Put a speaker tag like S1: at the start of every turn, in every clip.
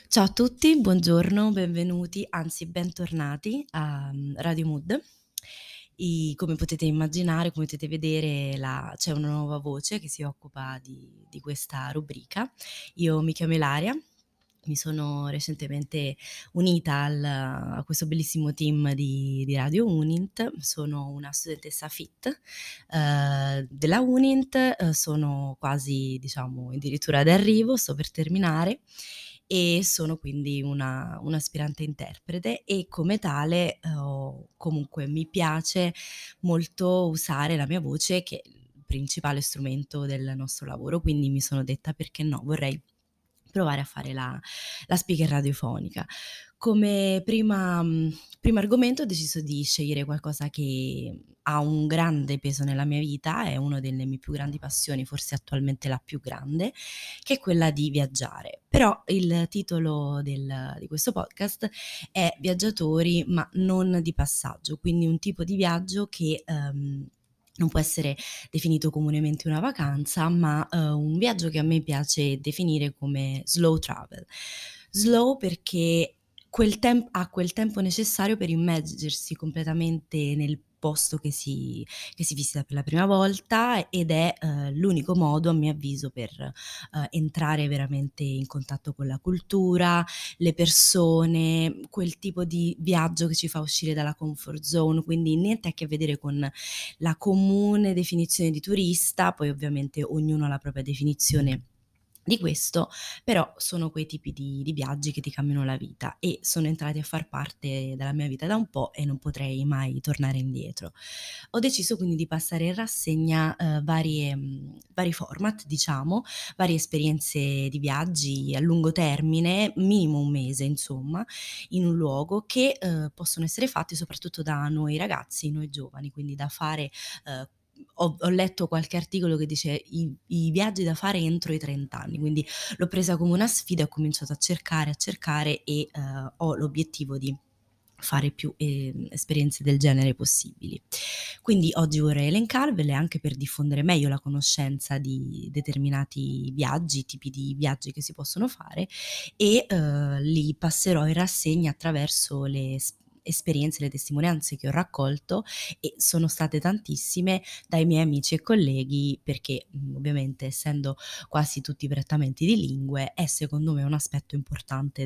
S1: Ciao a tutti, buongiorno, benvenuti, anzi bentornati a Radio Mood. Come potete immaginare, come potete vedere, c'è una nuova voce che si occupa di questa rubrica. Io mi chiamo Ilaria, mi sono recentemente unita a questo bellissimo team di Radio Unint, sono una studentessa FIT della Unint, sono quasi, diciamo, addirittura d'arrivo, sto per terminare e sono quindi un'aspirante interprete e come tale, comunque mi piace molto usare la mia voce che è il principale strumento del nostro lavoro, quindi mi sono detta: "Perché no, vorrei provare a fare la speaker radiofonica". Come primo argomento ho deciso di scegliere qualcosa che ha un grande peso nella mia vita, è una delle mie più grandi passioni, forse attualmente la più grande, che è quella di viaggiare. Però il titolo di questo podcast è Viaggiatori, ma non di passaggio, quindi un tipo di viaggio che, non può essere definito comunemente una vacanza, ma, un viaggio che a me piace definire come slow travel. Slow perché ha quel tempo necessario per immergersi completamente nel posto che si visita per la prima volta ed è, l'unico modo a mio avviso per, entrare veramente in contatto con la cultura, le persone, quel tipo di viaggio che ci fa uscire dalla comfort zone, quindi niente a che vedere con la comune definizione di turista, poi ovviamente ognuno ha la propria definizione di questo, però sono quei tipi di viaggi che ti cambiano la vita e sono entrati a far parte della mia vita da un po' e non potrei mai tornare indietro. Ho deciso quindi di passare in rassegna, vari format diciamo, varie esperienze di viaggi a lungo termine, minimo 1 mese insomma, in un luogo che, possono essere fatti soprattutto da noi ragazzi, noi giovani, quindi da fare, ho letto qualche articolo che dice i viaggi da fare entro i 30 anni, quindi l'ho presa come una sfida e ho cominciato a cercare e, ho l'obiettivo di fare più, esperienze del genere possibili. Quindi oggi vorrei elencarvele anche per diffondere meglio la conoscenza di determinati viaggi, tipi di viaggi che si possono fare e, li passerò in rassegna attraverso le esperienze, le testimonianze che ho raccolto e sono state tantissime dai miei amici e colleghi perché, ovviamente essendo quasi tutti prettamente di lingue è secondo me un aspetto importante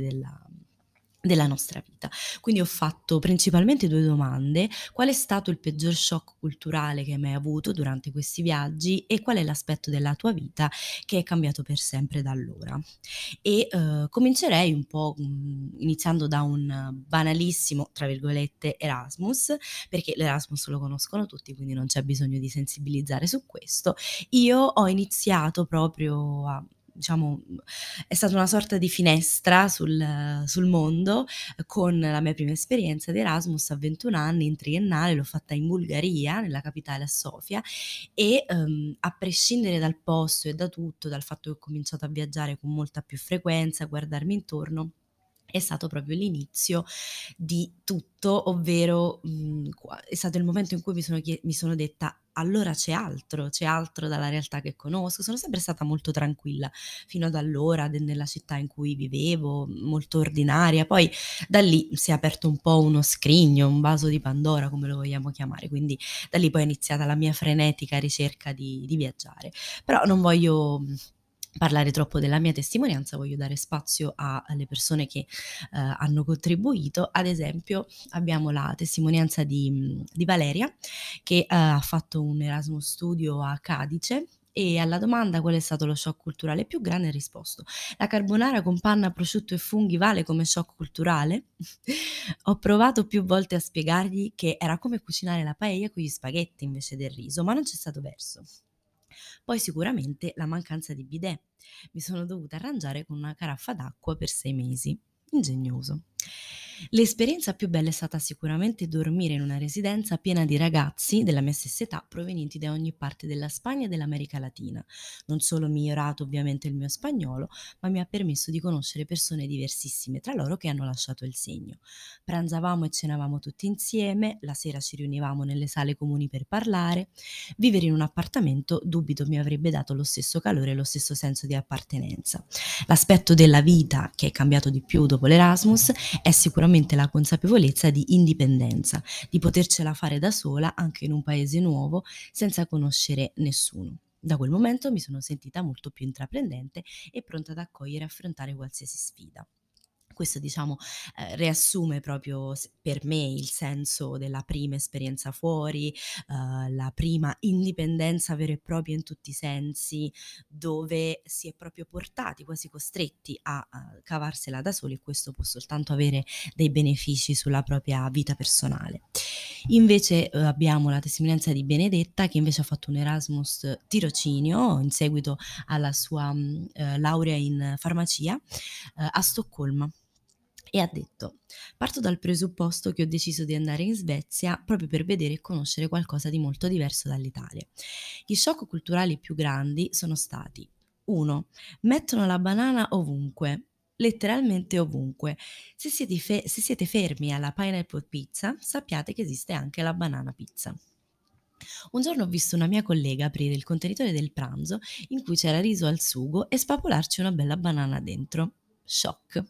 S1: della nostra vita. Quindi ho fatto principalmente 2 domande: qual è stato il peggior shock culturale che hai mai avuto durante questi viaggi e qual è l'aspetto della tua vita che è cambiato per sempre da allora? E, comincerei un po', iniziando da un banalissimo, tra virgolette, Erasmus, perché l'Erasmus lo conoscono tutti, quindi non c'è bisogno di sensibilizzare su questo. Io ho iniziato proprio a diciamo, è stata una sorta di finestra sul mondo, con la mia prima esperienza di Erasmus a 21 anni in triennale, l'ho fatta in Bulgaria, nella capitale a Sofia e, a prescindere dal posto e da tutto, dal fatto che ho cominciato a viaggiare con molta più frequenza, a guardarmi intorno, è stato proprio l'inizio di tutto, ovvero, qua è stato il momento in cui mi sono detta: "Allora c'è altro dalla realtà che conosco". Sono sempre stata molto tranquilla fino ad allora nella città in cui vivevo, molto ordinaria, poi da lì si è aperto un po' uno scrigno, un vaso di Pandora, come lo vogliamo chiamare, quindi da lì poi è iniziata la mia frenetica ricerca di viaggiare. Però non voglio, parlare troppo della mia testimonianza, voglio dare spazio alle persone che, hanno contribuito. Ad esempio abbiamo la testimonianza di Valeria che, ha fatto un Erasmus Studio a Cadice e alla domanda: "Qual è stato lo shock culturale più grande?" ha risposto: "La carbonara con panna, prosciutto e funghi vale come shock culturale?" Ho provato più volte a spiegargli che era come cucinare la paella con gli spaghetti invece del riso, ma non c'è stato verso. Poi sicuramente la mancanza di bidet. Mi sono dovuta arrangiare con una caraffa d'acqua per 6 mesi. Ingegnoso. L'esperienza più bella è stata sicuramente dormire in una residenza piena di ragazzi della mia stessa età provenienti da ogni parte della Spagna e dell'America Latina. Non solo ho migliorato ovviamente il mio spagnolo, ma mi ha permesso di conoscere persone diversissime tra loro che hanno lasciato il segno. Pranzavamo e cenavamo tutti insieme, la sera ci riunivamo nelle sale comuni per parlare. Vivere in un appartamento dubito mi avrebbe dato lo stesso calore e lo stesso senso di appartenenza. L'aspetto della vita che è cambiato di più dopo l'Erasmus è sicuramente la consapevolezza di indipendenza, di potercela fare da sola anche in un paese nuovo senza conoscere nessuno. Da quel momento mi sono sentita molto più intraprendente e pronta ad accogliere e affrontare qualsiasi sfida. Questo diciamo, riassume proprio per me il senso della prima esperienza fuori, la prima indipendenza vera e propria in tutti i sensi, dove si è proprio portati, quasi costretti a cavarsela da soli, e questo può soltanto avere dei benefici sulla propria vita personale. Invece, abbiamo la testimonianza di Benedetta che invece ha fatto un Erasmus tirocinio in seguito alla sua, laurea in farmacia, a Stoccolma. E ha detto: "Parto dal presupposto che ho deciso di andare in Svezia proprio per vedere e conoscere qualcosa di molto diverso dall'Italia. Gli shock culturali più grandi sono stati: 1. Mettono la banana ovunque, letteralmente ovunque. Se siete fermi alla pineapple pizza, sappiate che esiste anche la banana pizza. Un giorno ho visto una mia collega aprire il contenitore del pranzo in cui c'era riso al sugo e spapolarci una bella banana dentro. Shock.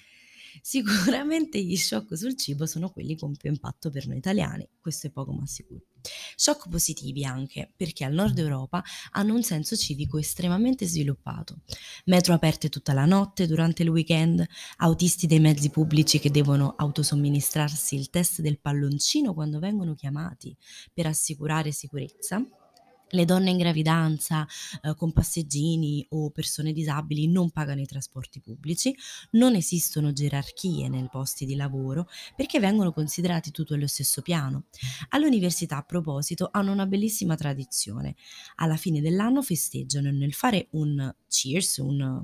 S1: Sicuramente gli shock sul cibo sono quelli con più impatto per noi italiani, questo è poco ma sicuro. Shock positivi anche, perché al nord Europa hanno un senso civico estremamente sviluppato. Metro aperte tutta la notte durante il weekend, autisti dei mezzi pubblici che devono autosomministrarsi il test del palloncino quando vengono chiamati per assicurare sicurezza. Le donne in gravidanza, con passeggini o persone disabili non pagano i trasporti pubblici, non esistono gerarchie nei posti di lavoro perché vengono considerati tutti allo stesso piano. All'università, a proposito, hanno una bellissima tradizione. Alla fine dell'anno festeggiano e nel fare un cheers,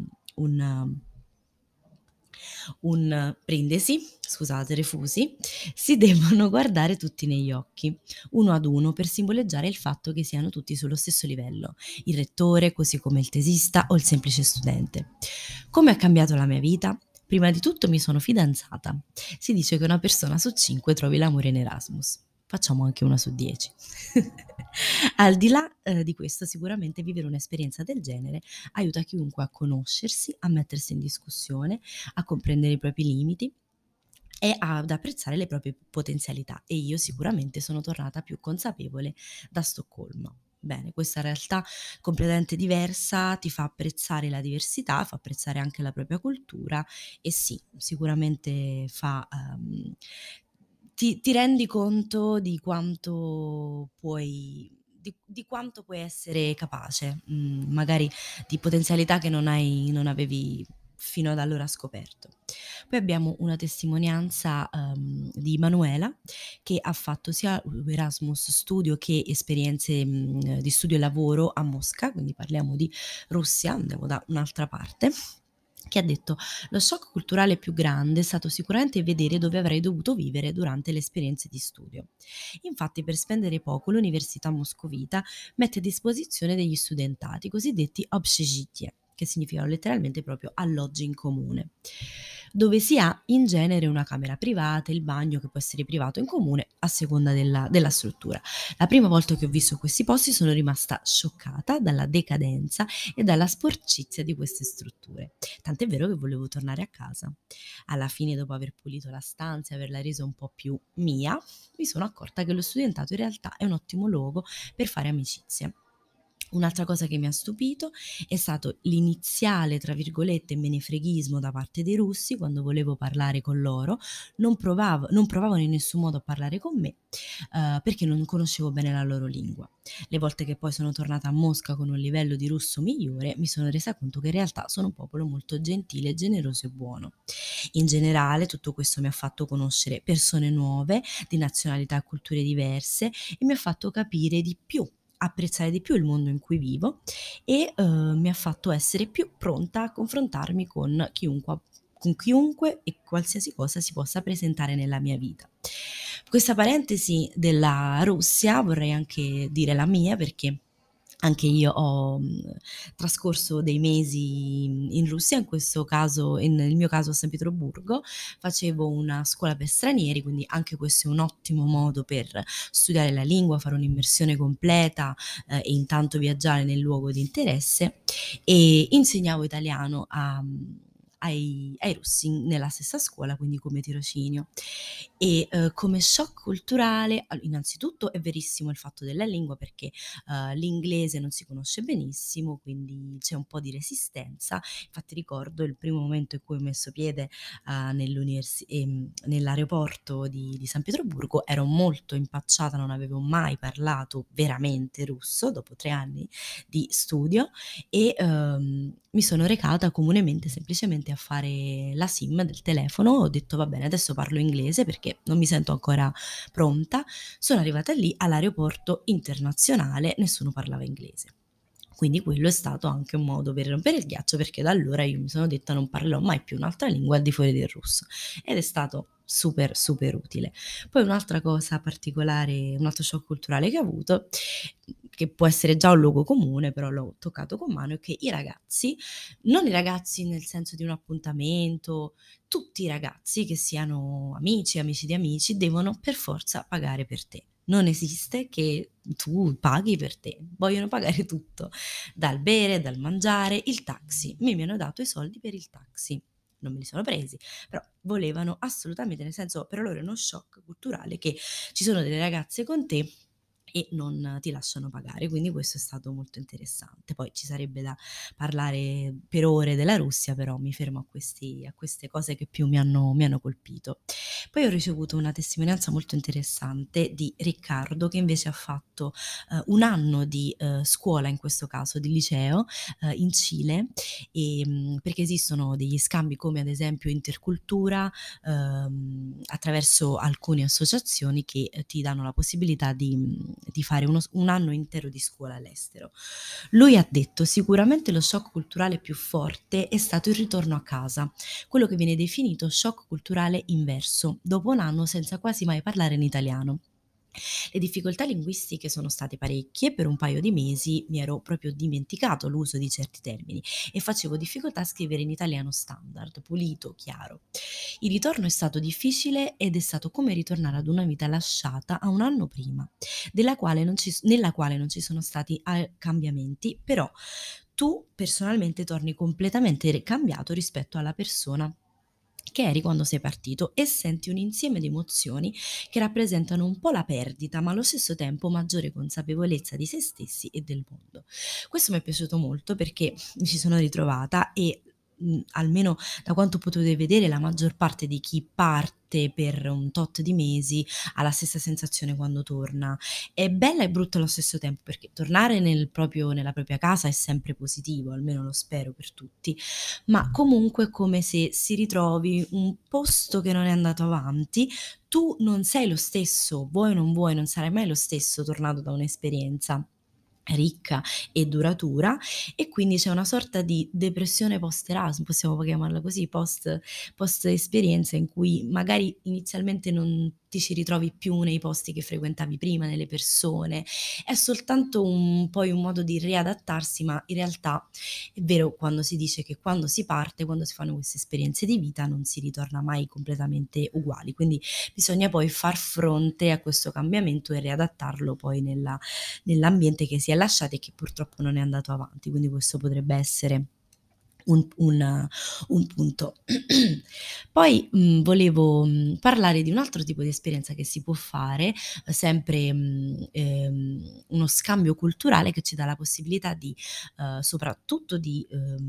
S1: un un brindisi, scusate, refusi, si devono guardare tutti negli occhi, uno ad uno, per simboleggiare il fatto che siano tutti sullo stesso livello, il rettore, così come il tesista o il semplice studente. Come ha cambiato la mia vita? Prima di tutto mi sono fidanzata. Si dice che una persona su 5 trovi l'amore in Erasmus. Facciamo anche una su 10. Al di là di questo, sicuramente vivere un'esperienza del genere aiuta chiunque a conoscersi, a mettersi in discussione, a comprendere i propri limiti e ad apprezzare le proprie potenzialità, e io sicuramente sono tornata più consapevole da Stoccolma. Bene, questa realtà completamente diversa ti fa apprezzare la diversità, fa apprezzare anche la propria cultura e sì, sicuramente ti rendi conto di quanto di quanto puoi essere capace, magari di potenzialità che non avevi fino ad allora scoperto. Poi abbiamo una testimonianza, di Manuela, che ha fatto sia Erasmus Studio che esperienze, di studio e lavoro a Mosca, quindi parliamo di Russia, andiamo da un'altra parte, che ha detto: "Lo shock culturale più grande è stato sicuramente vedere dove avrei dovuto vivere durante le esperienze di studio. Infatti, per spendere poco, l'Università Moscovita mette a disposizione degli studentati, cosiddetti общежития, che significano letteralmente proprio alloggi in comune, dove si ha in genere una camera privata, il bagno che può essere privato o in comune a seconda della struttura. La prima volta che ho visto questi posti sono rimasta scioccata dalla decadenza e dalla sporcizia di queste strutture. Tant'è vero che volevo tornare a casa. Alla fine, dopo aver pulito la stanza e averla resa un po' più mia, mi sono accorta che lo studentato in realtà è un ottimo luogo per fare amicizie. Un'altra cosa che mi ha stupito è stato l'iniziale, tra virgolette, "menefreghismo" da parte dei russi quando volevo parlare con loro, non provavano in nessun modo a parlare con me, perché non conoscevo bene la loro lingua. Le volte che poi sono tornata a Mosca con un livello di russo migliore, mi sono resa conto che in realtà sono un popolo molto gentile, generoso e buono. In generale tutto questo mi ha fatto conoscere persone nuove, di nazionalità e culture diverse, e mi ha fatto capire di più, apprezzare di più il mondo in cui vivo e, mi ha fatto essere più pronta a confrontarmi con chiunque con chiunque e qualsiasi cosa si possa presentare nella mia vita. Questa parentesi della Russia vorrei anche dire la mia, perché anche io ho, trascorso dei mesi in Russia, in questo caso nel mio caso a San Pietroburgo. Facevo una scuola per stranieri, quindi anche questo è un ottimo modo per studiare la lingua, fare un'immersione completa, e intanto viaggiare nel luogo di interesse. E insegnavo italiano ai russi nella stessa scuola, quindi come tirocinio. E, come shock culturale, innanzitutto è verissimo il fatto della lingua, perché, l'inglese non si conosce benissimo, quindi c'è un po' di resistenza. Infatti ricordo il primo momento in cui ho messo piede, nell'aeroporto di San Pietroburgo, ero molto impacciata, non avevo mai parlato veramente russo dopo 3 anni di studio. E, mi sono recata comunemente semplicemente a fare la SIM del telefono. Ho detto: "Va bene, adesso parlo inglese perché non mi sento ancora pronta". Sono arrivata lì all'aeroporto internazionale, nessuno parlava inglese. Quindi quello è stato anche un modo per rompere il ghiaccio, perché da allora io mi sono detta: "Non parlerò mai più un'altra lingua al di fuori del russo", ed è stato super, super utile. Poi un'altra cosa particolare, un altro shock culturale che ho avuto, che può essere già un luogo comune, però l'ho toccato con mano, è che i ragazzi, non i ragazzi nel senso di un appuntamento, tutti i ragazzi, che siano amici, amici di amici, devono per forza pagare per te. Non esiste che tu paghi per te, vogliono pagare tutto, dal bere, dal mangiare, il taxi. Mi hanno dato i soldi per il taxi. Non me li sono presi, però volevano assolutamente, nel senso, per loro è uno shock culturale che ci sono delle ragazze con te e non ti lasciano pagare, quindi questo è stato molto interessante. Poi ci sarebbe da parlare per ore della Russia, però mi fermo a queste cose che più mi hanno colpito. Poi ho ricevuto una testimonianza molto interessante di Riccardo, che invece ha fatto, 1 anno di, scuola, in questo caso di liceo, in Cile, perché esistono degli scambi come ad esempio Intercultura, attraverso alcune associazioni che, ti danno la possibilità di fare un anno intero di scuola all'estero. Lui ha detto: "Sicuramente lo shock culturale più forte è stato il ritorno a casa, quello che viene definito shock culturale inverso, dopo 1 anno senza quasi mai parlare in italiano. Le difficoltà linguistiche sono state parecchie, per un paio di mesi mi ero proprio dimenticato l'uso di certi termini e facevo difficoltà a scrivere in italiano standard, pulito, chiaro. Il ritorno è stato difficile ed è stato come ritornare ad una vita lasciata a 1 anno prima, nella quale non ci sono stati cambiamenti, però tu personalmente torni completamente cambiato rispetto alla persona che eri quando sei partito, e senti un insieme di emozioni che rappresentano un po' la perdita, ma allo stesso tempo maggiore consapevolezza di se stessi e del mondo". Questo mi è piaciuto molto perché mi ci sono ritrovata e, almeno da quanto potete vedere, la maggior parte di chi parte per un tot di mesi ha la stessa sensazione quando torna. È bella e brutta allo stesso tempo, perché tornare nella propria casa è sempre positivo, almeno lo spero per tutti, ma comunque è come se si ritrovi un posto che non è andato avanti. Tu non sei lo stesso, vuoi o non vuoi, non sarai mai lo stesso tornato da un'esperienza ricca e duratura, e quindi c'è una sorta di depressione post Erasmus, possiamo chiamarla così, post esperienza, in cui magari inizialmente non ti ci ritrovi più nei posti che frequentavi prima, nelle persone. È soltanto poi un modo di riadattarsi, ma in realtà è vero quando si dice che quando si parte, quando si fanno queste esperienze di vita, non si ritorna mai completamente uguali. Quindi bisogna poi far fronte a questo cambiamento e riadattarlo poi nell'ambiente che si è lasciati e che purtroppo non è andato avanti. Quindi questo potrebbe essere un punto. Poi, volevo, parlare di un altro tipo di esperienza che si può fare, sempre, uno scambio culturale che ci dà la possibilità di, soprattutto di,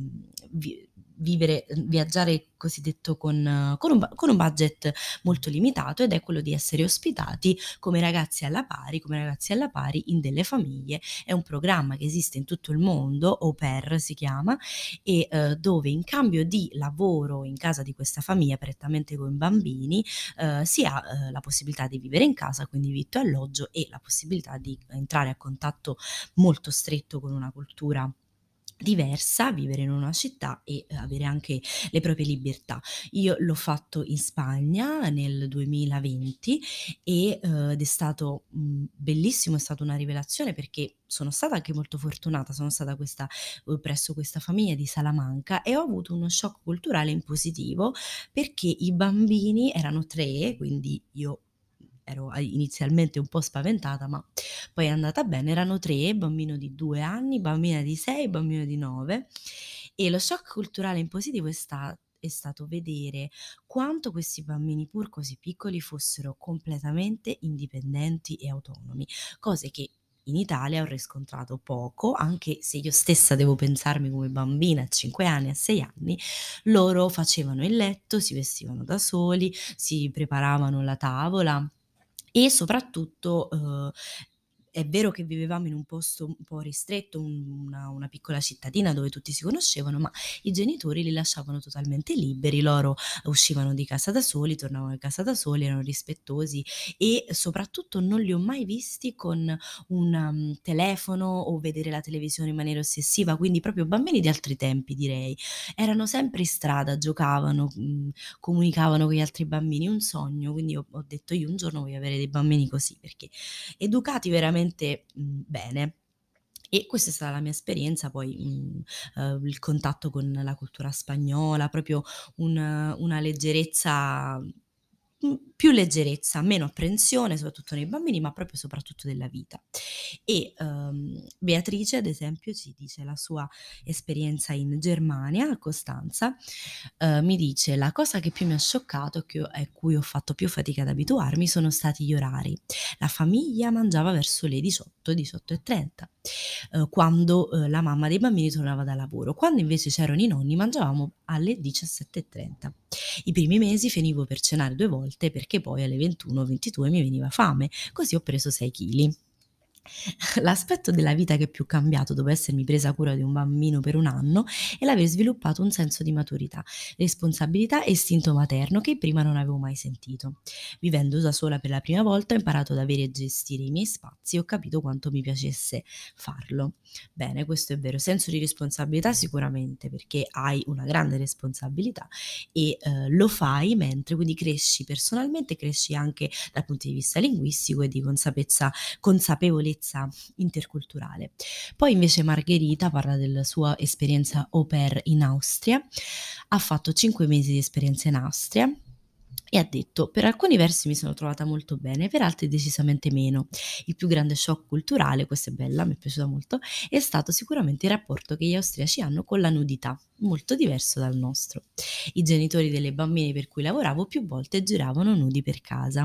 S1: viaggiare cosiddetto con un budget molto limitato, ed è quello di essere ospitati come ragazzi alla pari, come ragazzi alla pari in delle famiglie. È un programma che esiste in tutto il mondo, Au Pair si chiama, e, dove in cambio di lavoro in casa di questa famiglia prettamente con bambini, si ha, la possibilità di vivere in casa, quindi vitto e alloggio, e la possibilità di entrare a contatto molto stretto con una cultura diversa, vivere in una città e avere anche le proprie libertà. Io l'ho fatto in Spagna nel 2020 ed è stato, bellissimo, è stata una rivelazione perché sono stata anche molto fortunata, sono stata presso questa famiglia di Salamanca e ho avuto uno shock culturale in positivo perché i bambini erano 3, quindi io ero a inizialmente un po' spaventata, ma poi è andata bene, erano 3, bambino di 2 anni, bambina di 6, bambino di 9 e lo shock culturale in positivo è stato vedere quanto questi bambini, pur così piccoli, fossero completamente indipendenti e autonomi, cose che in Italia ho riscontrato poco, anche se io stessa devo pensarmi come bambina a 5 anni, a 6 anni, loro facevano il letto, si vestivano da soli, si preparavano la tavola e soprattutto, è vero che vivevamo in un posto un po' ristretto, una piccola cittadina dove tutti si conoscevano, ma i genitori li lasciavano totalmente liberi, loro uscivano di casa da soli, tornavano a casa da soli, erano rispettosi e soprattutto non li ho mai visti con un, telefono o vedere la televisione in maniera ossessiva, quindi proprio bambini di altri tempi direi. Erano sempre in strada, giocavano, comunicavano con gli altri bambini, un sogno, quindi ho detto: "Io un giorno voglio avere dei bambini così", perché educati veramente, bene. E questa è stata la mia esperienza, poi, il contatto con la cultura spagnola, proprio una leggerezza più leggerezza, meno apprensione, soprattutto nei bambini, ma proprio soprattutto della vita. E, Beatrice ad esempio ci dice la sua esperienza in Germania, a Costanza, mi dice: "La cosa che più mi ha scioccato e a cui ho fatto più fatica ad abituarmi sono stati gli orari. La famiglia mangiava verso le 18, 18:30, quando, la mamma dei bambini tornava da lavoro. Quando invece c'erano i nonni mangiavamo alle 17:30. I primi mesi finivo per cenare 2 volte perché poi alle 21, 22 mi veniva fame, così ho preso 6 chili. L'aspetto della vita che è più cambiato dopo essermi presa cura di un bambino per 1 anno è l'aver sviluppato un senso di maturità, responsabilità e istinto materno che prima non avevo mai sentito. Vivendo da sola per la prima volta ho imparato ad avere e gestire i miei spazi e ho capito quanto mi piacesse farlo. Bene, questo è vero. Senso di responsabilità sicuramente, perché hai una grande responsabilità e, lo fai mentre quindi cresci personalmente, cresci anche dal punto di vista linguistico e di consapevolezza interculturale. Poi invece Margherita parla della sua esperienza au pair in Austria. Ha fatto 5 mesi di esperienza in Austria e ha detto: "Per alcuni versi mi sono trovata molto bene, per altri decisamente meno. Il più grande shock culturale", questa è bella, mi è piaciuta molto, "è stato sicuramente il rapporto che gli austriaci hanno con la nudità, molto diverso dal nostro. I genitori delle bambine per cui lavoravo più volte giravano nudi per casa".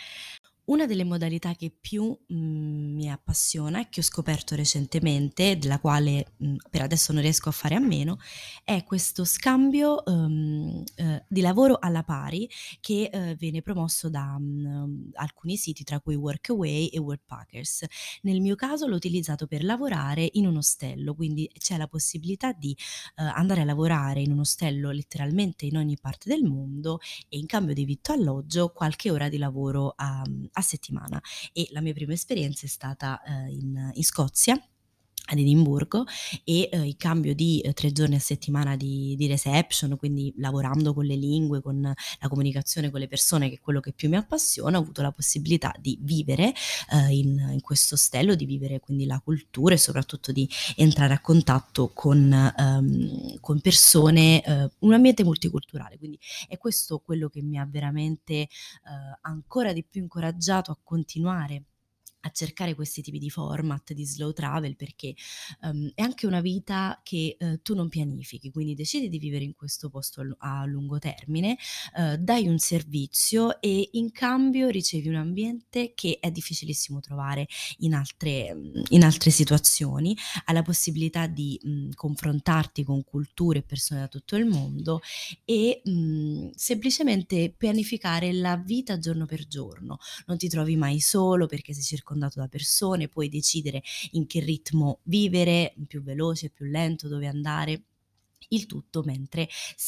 S1: Una delle modalità che più, mi appassiona e che ho scoperto recentemente, della quale, per adesso non riesco a fare a meno, è questo scambio, di lavoro alla pari che, viene promosso da, alcuni siti tra cui Workaway e Workpackers. Nel mio caso l'ho utilizzato per lavorare in un ostello, quindi c'è la possibilità di, andare a lavorare in un ostello letteralmente in ogni parte del mondo e in cambio di vitto e alloggio qualche ora di lavoro a settimana. E la mia prima esperienza è stata, in Scozia, ad Edimburgo e, in cambio di, 3 giorni a settimana di reception, quindi lavorando con le lingue, con la comunicazione con le persone, che è quello che più mi appassiona, ho avuto la possibilità di vivere, in questo ostello, di vivere quindi la cultura e soprattutto di entrare a contatto con persone, un ambiente multiculturale. Quindi è questo quello che mi ha veramente, ancora di più incoraggiato a continuare a cercare questi tipi di format di slow travel perché, è anche una vita che, tu non pianifichi, quindi decidi di vivere in questo posto a lungo termine, dai un servizio e in cambio ricevi un ambiente che è difficilissimo trovare in altre situazioni. Hai la possibilità di, confrontarti con culture e persone da tutto il mondo e, semplicemente pianificare la vita giorno per giorno. Non ti trovi mai solo perché sei circondato da persone, puoi decidere in che ritmo vivere, più veloce, più lento, dove andare. Il tutto mentre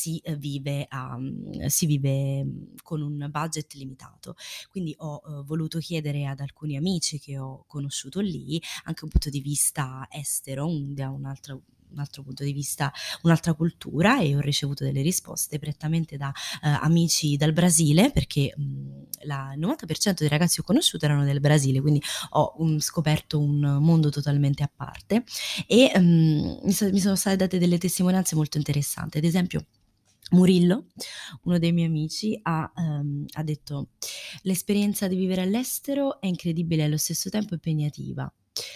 S1: si vive, con un budget limitato. Quindi ho, voluto chiedere ad alcuni amici che ho conosciuto lì, anche un punto di vista estero, da un'altra un altro punto di vista, un'altra cultura, e ho ricevuto delle risposte prettamente da amici dal Brasile, perché il 90% dei ragazzi che ho conosciuto erano del Brasile, quindi ho scoperto un mondo totalmente a parte e mi sono state date delle testimonianze molto interessanti. Ad esempio, Murillo, uno dei miei amici, ha detto: "L'esperienza di vivere all'estero è incredibile e allo stesso tempo impegnativa.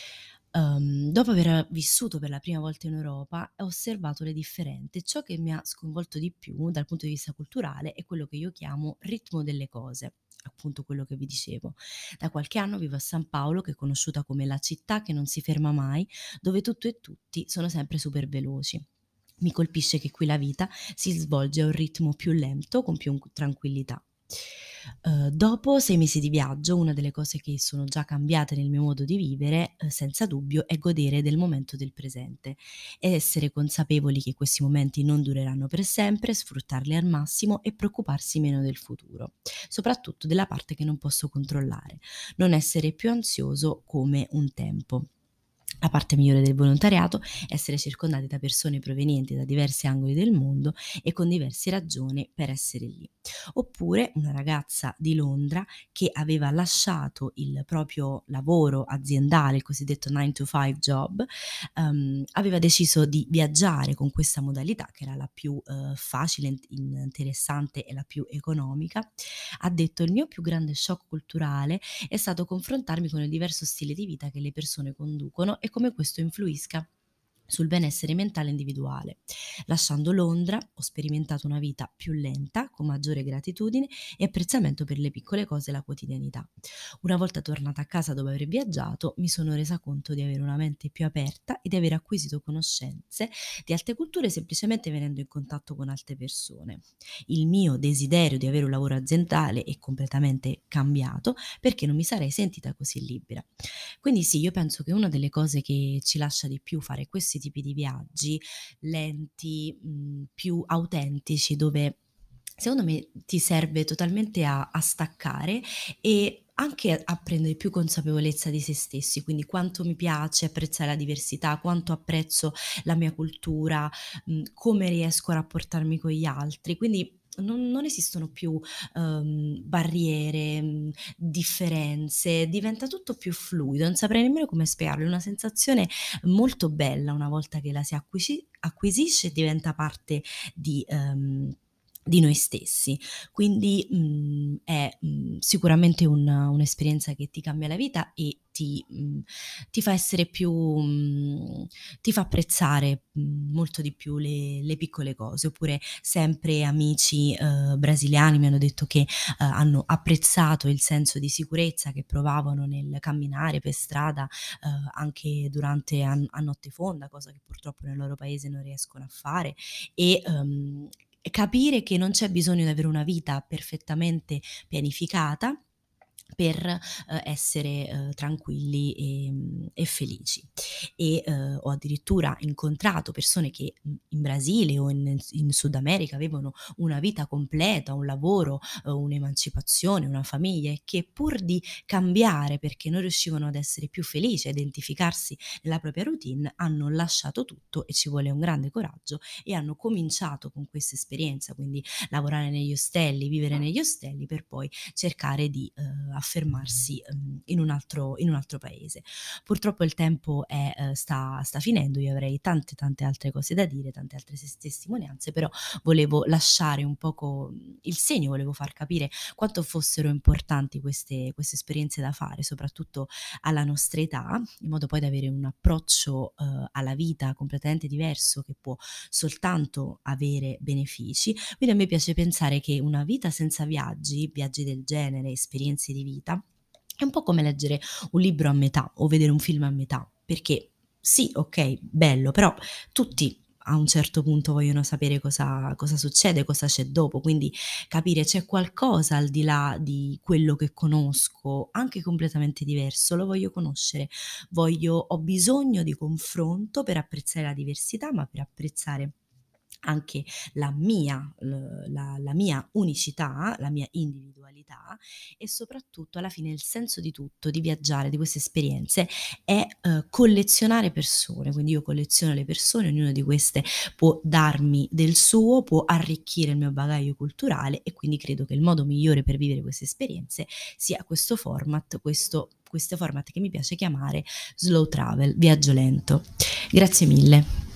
S1: Dopo aver vissuto per la prima volta in Europa, ho osservato le differenze. Ciò che mi ha sconvolto di più dal punto di vista culturale è quello che io chiamo ritmo delle cose", appunto quello che vi dicevo. "Da qualche anno vivo a San Paolo, che è conosciuta come la città che non si ferma mai, dove tutto e tutti sono sempre super veloci. Mi colpisce che qui la vita si svolge a un ritmo più lento, con più tranquillità. Dopo 6 mesi di viaggio, una delle cose che sono già cambiate nel mio modo di vivere, senza dubbio, è godere del momento del presente ed essere consapevoli che questi momenti non dureranno per sempre, sfruttarli al massimo e preoccuparsi meno del futuro, soprattutto della parte che non posso controllare, non essere più ansioso come un tempo. La parte migliore del volontariato è essere circondati da persone provenienti da diversi angoli del mondo e con diverse ragioni per essere lì". Oppure una ragazza di Londra che aveva lasciato il proprio lavoro aziendale, il cosiddetto 9 to 5 job, aveva deciso di viaggiare con questa modalità che era la più facile, interessante e la più economica. Ha detto: "Il mio più grande shock culturale è stato confrontarmi con il diverso stile di vita che le persone conducono e come questo influisca sul benessere mentale individuale. Lasciando Londra, ho sperimentato una vita più lenta, con maggiore gratitudine e apprezzamento per le piccole cose e la quotidianità. Una volta tornata a casa dopo aver viaggiato, mi sono resa conto di avere una mente più aperta e di aver acquisito conoscenze di altre culture semplicemente venendo in contatto con altre persone. Il mio desiderio di avere un lavoro aziendale è completamente cambiato, perché non mi sarei sentita così libera". Quindi sì, io penso che una delle cose che ci lascia di più fare questi tipi di viaggi lenti, più autentici, dove secondo me ti serve totalmente a staccare e anche a prendere più consapevolezza di se stessi, quindi quanto mi piace apprezzare la diversità, quanto apprezzo la mia cultura, come riesco a rapportarmi con gli altri. Quindi non esistono più, barriere, differenze, diventa tutto più fluido, non saprei nemmeno come spiegarlo, è una sensazione molto bella una volta che la si acquisisce e diventa parte di di noi stessi. Quindi, è, sicuramente un'esperienza che ti cambia la vita e ti fa essere più ti fa apprezzare, molto di più le piccole cose. Oppure sempre amici, brasiliani mi hanno detto che hanno apprezzato il senso di sicurezza che provavano nel camminare per strada, anche durante a notte fonda, cosa che purtroppo nel loro paese non riescono a fare, e capire che non c'è bisogno di avere una vita perfettamente pianificata per, essere, tranquilli, e felici. E, ho addirittura incontrato persone che, in Brasile o in Sud America avevano una vita completa, un lavoro, un'emancipazione, una famiglia, e che pur di cambiare perché non riuscivano ad essere più felici, a identificarsi nella propria routine, hanno lasciato tutto, e ci vuole un grande coraggio, e hanno cominciato con questa esperienza, quindi lavorare negli ostelli, vivere negli ostelli, per poi cercare di, affermarsi, in un altro paese. Purtroppo il tempo sta finendo, io avrei tante, tante altre cose da dire, tante altre testimonianze, però volevo lasciare un poco, il segno, volevo far capire quanto fossero importanti queste esperienze da fare, soprattutto alla nostra età, in modo poi da avere un approccio, alla vita completamente diverso, che può soltanto avere benefici. Quindi a me piace pensare che una vita senza viaggi, viaggi del genere, esperienze di vita, è un po' come leggere un libro a metà o vedere un film a metà, perché sì, okay, bello, però tutti a un certo punto vogliono sapere cosa succede, cosa c'è dopo, quindi capire c'è qualcosa al di là di quello che conosco, anche completamente diverso, lo voglio conoscere, ho bisogno di confronto per apprezzare la diversità, ma per apprezzare anche la mia unicità, la mia individualità, qualità e soprattutto alla fine il senso di tutto, di viaggiare, di queste esperienze è, collezionare persone. Quindi io colleziono le persone, ognuna di queste può darmi del suo, può arricchire il mio bagaglio culturale e quindi credo che il modo migliore per vivere queste esperienze sia questo format che mi piace chiamare slow travel, viaggio lento. Grazie mille.